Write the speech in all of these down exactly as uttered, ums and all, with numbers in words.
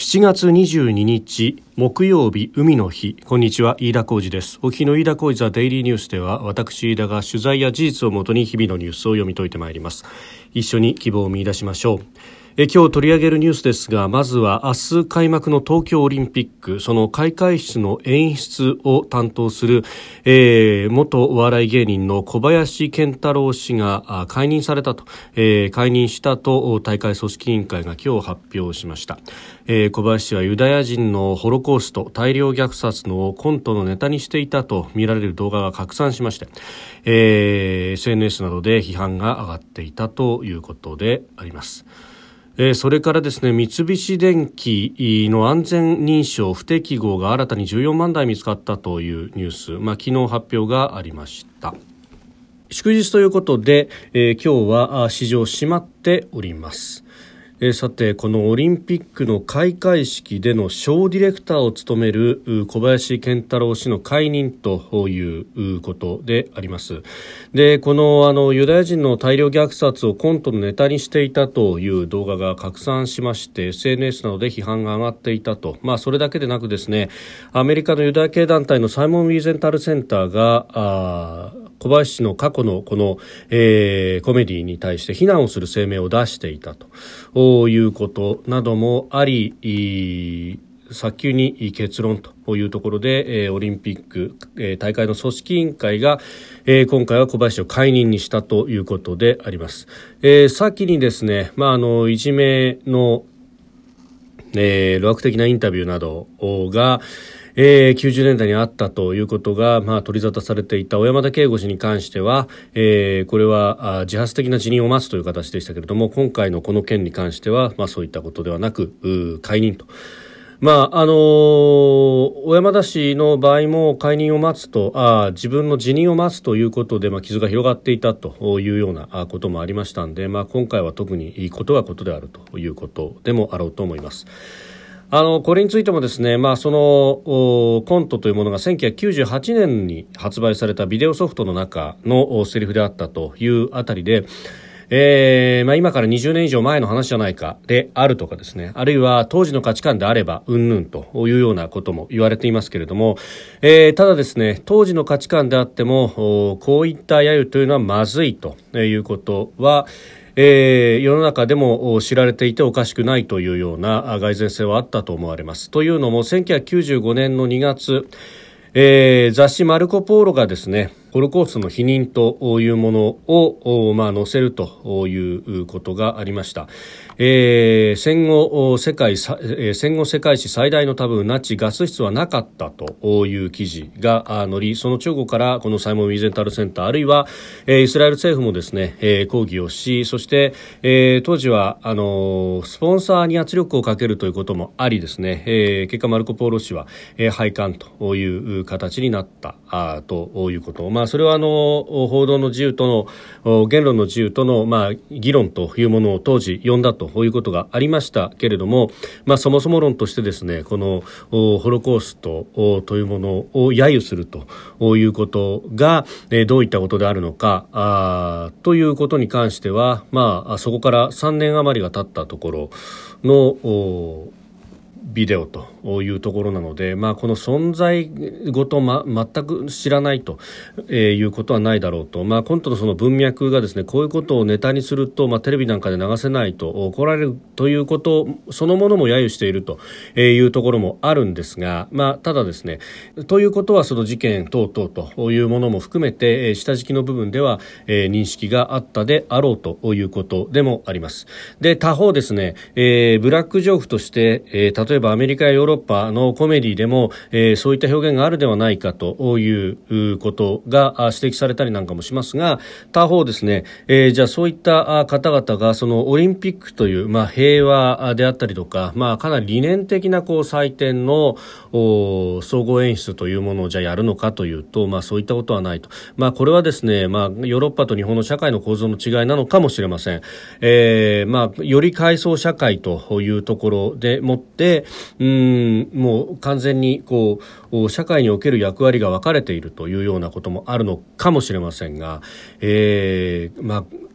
しちがつにじゅうににち木曜日、海の日。こんにちは、飯田浩司です。お聞きの飯田浩司ザデイリーニュースでは、私飯田が取材や事実をもとに日々のニュースを読み解いてまいります。一緒に希望を見出しましょう。え今日取り上げるニュースですが、まずは明日開幕の東京オリンピック、その開会式の演出を担当する、えー、元お笑い芸人の小林賢太郎氏が解任されたと、えー、解任したと大会組織委員会が今日発表しました。えー、小林氏はユダヤ人のホロコースト、大量虐殺のコントのネタにしていたと見られる動画が拡散しまして、えー、エスエヌエス などで批判が上がっていたということであります。えー、それからですね、三菱電機の安全認証不適合が新たにじゅうよんまんだい見つかったというニュース、まあ、昨日発表がありました。祝日ということで、えー、今日は市場閉まっております。えー、さて、このオリンピックの開会式でのショーディレクターを務める小林賢太郎氏の解任ということであります。で、このあのユダヤ人の大量虐殺をコントのネタにしていたという動画が拡散しまして、 エスエヌエス などで批判が上がっていたと。まあ、それだけでなくですね、アメリカのユダヤ系団体のサイモン・ウィーゼンタルセンターがあ小林氏の過去のこの、えー、コメディに対して非難をする声明を出していたということなどもあり、早急に結論というところで、えー、オリンピック、えー、大会の組織委員会が、えー、今回は小林氏を解任にしたということであります。えー、先にですね、まあ、あのいじめの、えー、露悪的なインタビューなどがえー、きゅうじゅうねんだいにあったということが、まあ、取り沙汰されていた小山田圭吾氏に関しては、えー、これは自発的な辞任を待つという形でしたけれども、今回のこの件に関しては、まあ、そういったことではなく解任と。まああのー、小山田氏の場合も解任を待つとあ自分の辞任を待つということで、まあ、傷が広がっていたというようなこともありましたので、まあ、今回は特にいいことはことであるということでもあろうと思います。あのこれについてもですね、まあ、そのコントというものがせんきゅうひゃくきゅうじゅうはちねんに発売されたビデオソフトの中のセリフであったというあたりで、えーまあ、今からにじゅうねん以上前の話じゃないかであるとかですね、あるいは当時の価値観であればうんぬんというようなことも言われていますけれども、えー、ただですね、当時の価値観であってもこういった揶揄というのはまずいということはえー、世の中でも知られていておかしくないというような蓋然性はあったと思われます。というのもせんきゅうひゃくきゅうじゅうごねんのにがつ、えー、雑誌マルコポーロがですね、ホロコーストの否認というものを、まあ、載せるということがありました。えー、戦後世界戦後世界史最大の多分ナチガス室はなかったという記事が載り、その直後からこのサイモン・ウィーゼンタルセンターあるいは、えー、イスラエル政府もですね、えー、抗議をし、そして、えー、当時はあのスポンサーに圧力をかけるということもありですね、えー、結果マルコ・ポーロ氏は、えー、廃刊という形になったあということ、まあ、それはあの報道の自由との言論の自由との、まあ、議論というものを当時呼んだということがありましたけれども、まあ、そもそも論としてですね、このホロコーストというものを揶揄するということがどういったことであるのかあということに関しては、まあ、そこからさんねん余りが経ったところのビデオというところなので、まあ、この存在ごと、ま、全く知らないということはないだろうと、まあ、コントのその文脈がですね、こういうことをネタにすると、まあ、テレビなんかで流せないと怒られるということそのものも揶揄しているというところもあるんですが、まあ、ただですね、ということはその事件等々というものも含めて下敷きの部分では認識があったであろうということでもあります。で、他方ですね、えー、ブラックジョークとして、えー、例えばアメリカやヨーロッパのコメディでも、えー、そういった表現があるではないかということが指摘されたりなんかもしますが、他方ですね、えー、じゃあそういった方々がそのオリンピックという、まあ、平和であったりとか、まあ、かなり理念的なこう祭典の総合演出というものをじゃあやるのかというと、まあ、そういったことはないと、まあ、これはですね、まあ、ヨーロッパと日本の社会の構造の違いなのかもしれません。えーまあ、より階層社会というところでもってうーんもう完全にこう社会における役割が分かれているというようなこともあるのかもしれませんが、えーまあ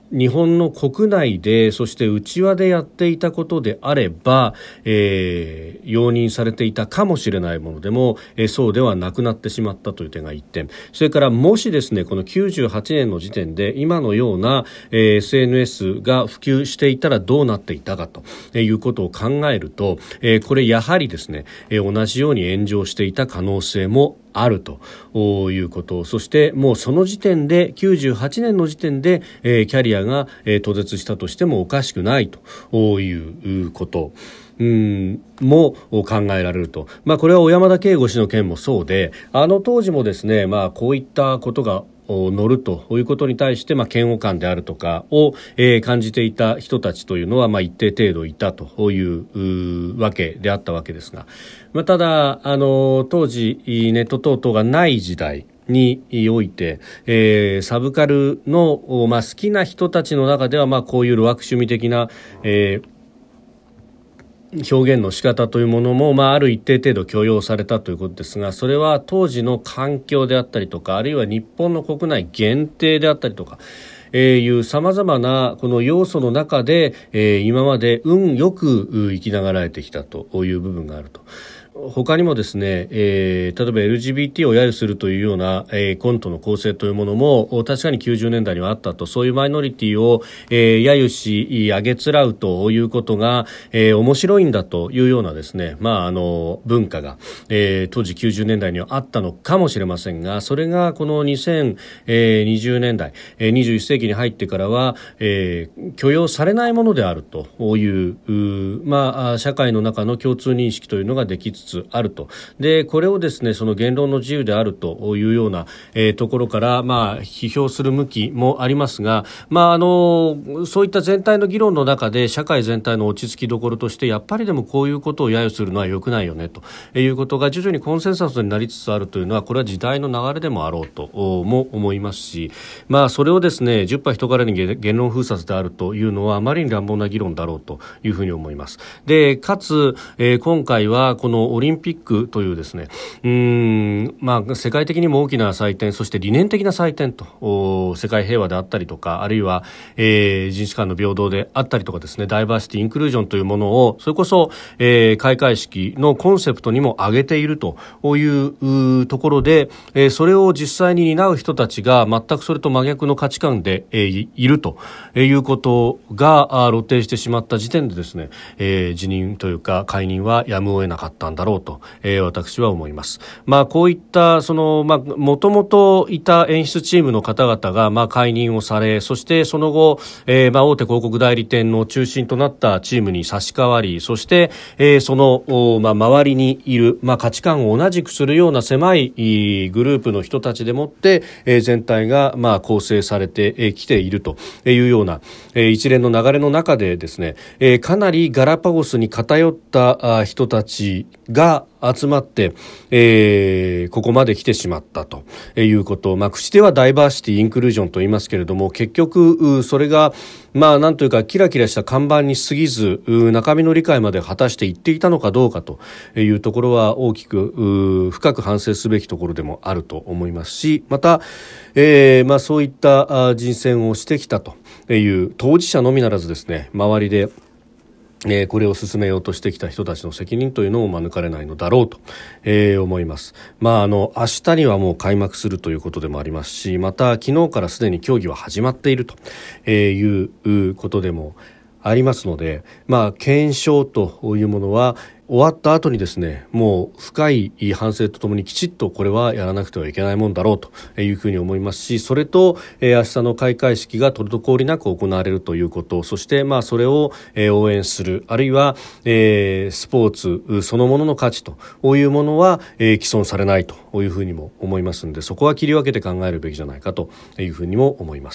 日本の国内でそして内輪でやっていたことであれば、えー、容認されていたかもしれないものでも、えー、そうではなくなってしまったという点が一点、それからもしですねこのきゅうじゅうはちねんの時点で今のような、えー、エスエヌエス が普及していたらどうなっていたかということを考えると、えー、これやはりですね、えー、同じように炎上していた可能性もあるということ、そしてもうその時点できゅうじゅうはちねんの時点で、えー、キャリアが、えー、途絶したとしてもおかしくないということうんも考えられると、まあ、これは小山田圭吾氏の件もそうで、あの当時もですね、まあ、こういったことが乗るということに対して、まあ、嫌悪感であるとかを、えー、感じていた人たちというのは、まあ、一定程度いたというわけであったわけですが、まあ、ただあの当時ネット等々がない時代において、えー、サブカルの、まあ、好きな人たちの中では、まあ、こういう路悪趣味的な、えー表現の仕方というものも、まあ、ある一定程度許容されたということですが、それは当時の環境であったりとか、あるいは日本の国内限定であったりとか、えー、いう様々なこの要素の中で、えー、今まで運よく生きながらえてきたという部分があると。他にもですね、えー、例えば エルジービーティー を揶揄するというような、えー、コントの構成というものも確かにきゅうじゅうねんだいにはあったと、そういうマイノリティを、えー、揶揄しあげつらうということが、えー、面白いんだというようなですね、まあ、あの文化が、えー、当時きゅうじゅうねんだいにはあったのかもしれませんが、それがこのにせんにじゅうねんだい、えー、にじゅういっせいきに入ってからは、えー、許容されないものであるという、うまあ、社会の中の共通認識というのができつつあると。でこれをですね、その言論の自由であるというような、えー、ところから、まあ、批評する向きもありますが、まあ、あのそういった全体の議論の中で社会全体の落ち着きどころとして、やっぱりでもこういうことを揶揄するのは良くないよねということが徐々にコンセンサスになりつつあるというのは、これは時代の流れでもあろうとも思いますし、まあ、それをですね十羽人からに言論封殺であるというのはあまりに乱暴な議論だろうというふうに思います。でかつ、えー、今回はこのオリンピックというですね、うーん、まあ、世界的にも大きな祭典、そして理念的な祭典と、世界平和であったりとか、あるいは、えー、人種間の平等であったりとかですね、ダイバーシティインクルージョンというものをそれこそ、えー、開会式のコンセプトにも挙げているというところで、えー、それを実際に担う人たちが全くそれと真逆の価値観で、えー、いるということが露呈してしまった時点でですね、えー、辞任というか解任はやむを得なかったんだろうと、えー、私は思います。まあ、こういったその、まあ、もともといた演出チームの方々が、まあ、解任をされ、そしてその後、えーまあ、大手広告代理店の中心となったチームに差し替わり、そして、えー、その、まあ、周りにいる、まあ、価値観を同じくするような狭いグループの人たちでもって、えー、全体が、まあ、構成されてきているというような、えー、一連の流れの中でですね、えー、かなりガラパゴスに偏った人たちが集まって、えー、ここまで来てしまったということ、まあ、口ではダイバーシティインクルージョンと言いますけれども、結局それがまあなんというかキラキラした看板に過ぎず、中身の理解まで果たしていっていたのかどうかというところは大きく深く反省すべきところでもあると思いますし、また、えーまあ、そういった人選をしてきたという当事者のみならずですね、周りでえー、これを進めようとしてきた人たちの責任というのも免れないのだろうと、えー、思います。まあ、あの明日にはもう開幕するということでもありますし、また昨日からすでに競技は始まっているということでもありますので、まあ、検証というものは終わった後にですね、もう深い反省とともにきちっとこれはやらなくてはいけないもんだろうというふうに思いますし、それと、えー、明日の開会式が滞りなく行われるということ、そしてまあそれを、えー、応援する、あるいは、えー、スポーツそのものの価値というものは、えー、毀損されないというふうにも思いますので、そこは切り分けて考えるべきじゃないかというふうにも思います。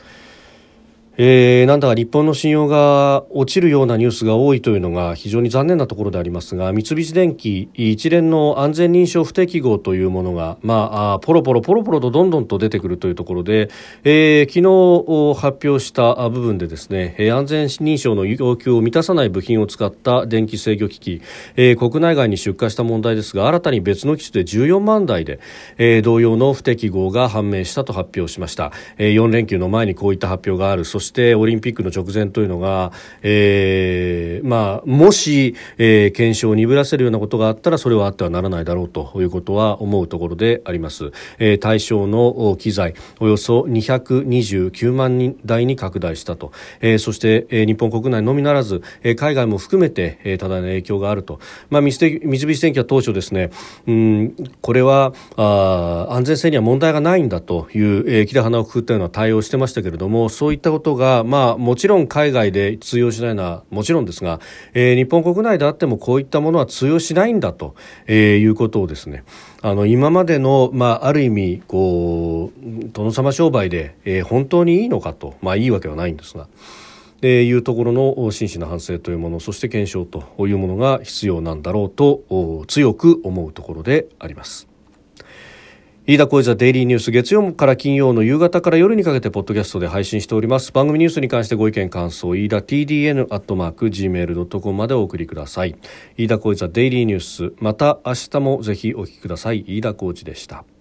えー、なんだか日本の信用が落ちるようなニュースが多いというのが非常に残念なところでありますが、三菱電機一連の安全認証不適合というものが、まあ、ポロポロポロポロとどんどんと出てくるというところで、えー、昨日発表した部分でですね、安全認証の要求を満たさない部品を使った電気制御機器、えー、国内外に出荷した問題ですが、新たに別の機種でじゅうよんまんだいで、えー、同様の不適合が判明したと発表しました。えー、よん連休の前にこういった発表がある。そしてオリンピックの直前というのが、えーまあ、もし、えー、検証を鈍らせるようなことがあったらそれはあってはならないだろうということは思うところであります。えー、対象の機材およそにひゃくにじゅうきゅうまんだいに拡大したと、えー、そして、えー、日本国内のみならず、えー、海外も含めて、えー、多大な影響があると、まあ、三菱電機は当初ですね、うん、これはあ安全性には問題がないんだという、えー、木で鼻をくくったような対応をしてましたけれども、そういったことが、まあ、もちろん海外で通用しないのはもちろんですが、えー、日本国内であってもこういったものは通用しないんだと、えー、いうことをですね、あの今までの、まあ、ある意味こう殿様商売で、えー、本当にいいのかと、まあ、いいわけはないんですが、えー、いうところの真摯な反省というもの、そして検証というものが必要なんだろうと強く思うところであります。飯田浩司ザデイリーニュース、月曜から金曜の夕方から夜にかけてポッドキャストで配信しております。番組ニュースに関してご意見感想、飯田 ティーディーエヌ アットマーク ジーメール ドットコム までお送りください。飯田浩司ザデイリーニュース、また明日もぜひお聞きください。飯田浩司でした。